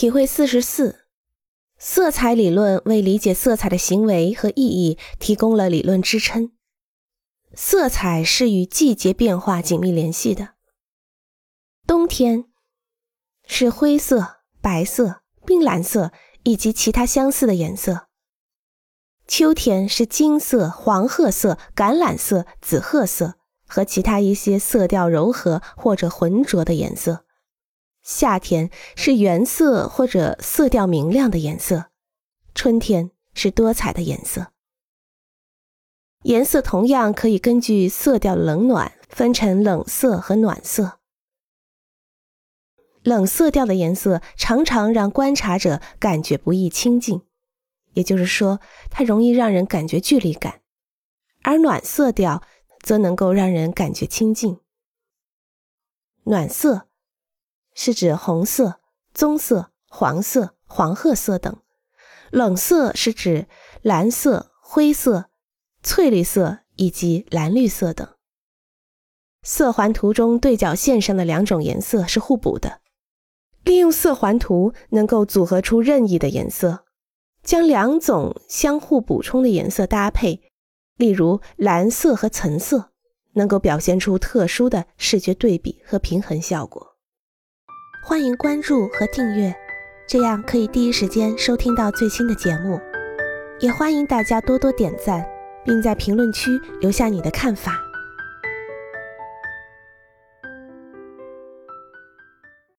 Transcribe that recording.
体会44，色彩理论为理解色彩的行为和意义提供了理论支撑。色彩是与季节变化紧密联系的。冬天是灰色、白色、冰蓝色以及其他相似的颜色。秋天是金色、黄褐色、橄榄色、紫褐色和其他一些色调柔和或者浑浊的颜色。夏天是原色或者色调明亮的颜色。春天是多彩的颜色。颜色同样可以根据色调的冷暖分成冷色和暖色。冷色调的颜色常常让观察者感觉不易亲近，也就是说，它容易让人感觉距离感，而暖色调则能够让人感觉亲近。暖色是指红色、棕色、黄色、黄褐色等。冷色是指蓝色、灰色、翠绿色以及蓝绿色等。色环图中对角线上的两种颜色是互补的。利用色环图能够组合出任意的颜色，将两种相互补充的颜色搭配，例如蓝色和橙色，能够表现出特殊的视觉对比和平衡效果。欢迎关注和订阅，这样可以第一时间收听到最新的节目。也欢迎大家多多点赞，并在评论区留下你的看法。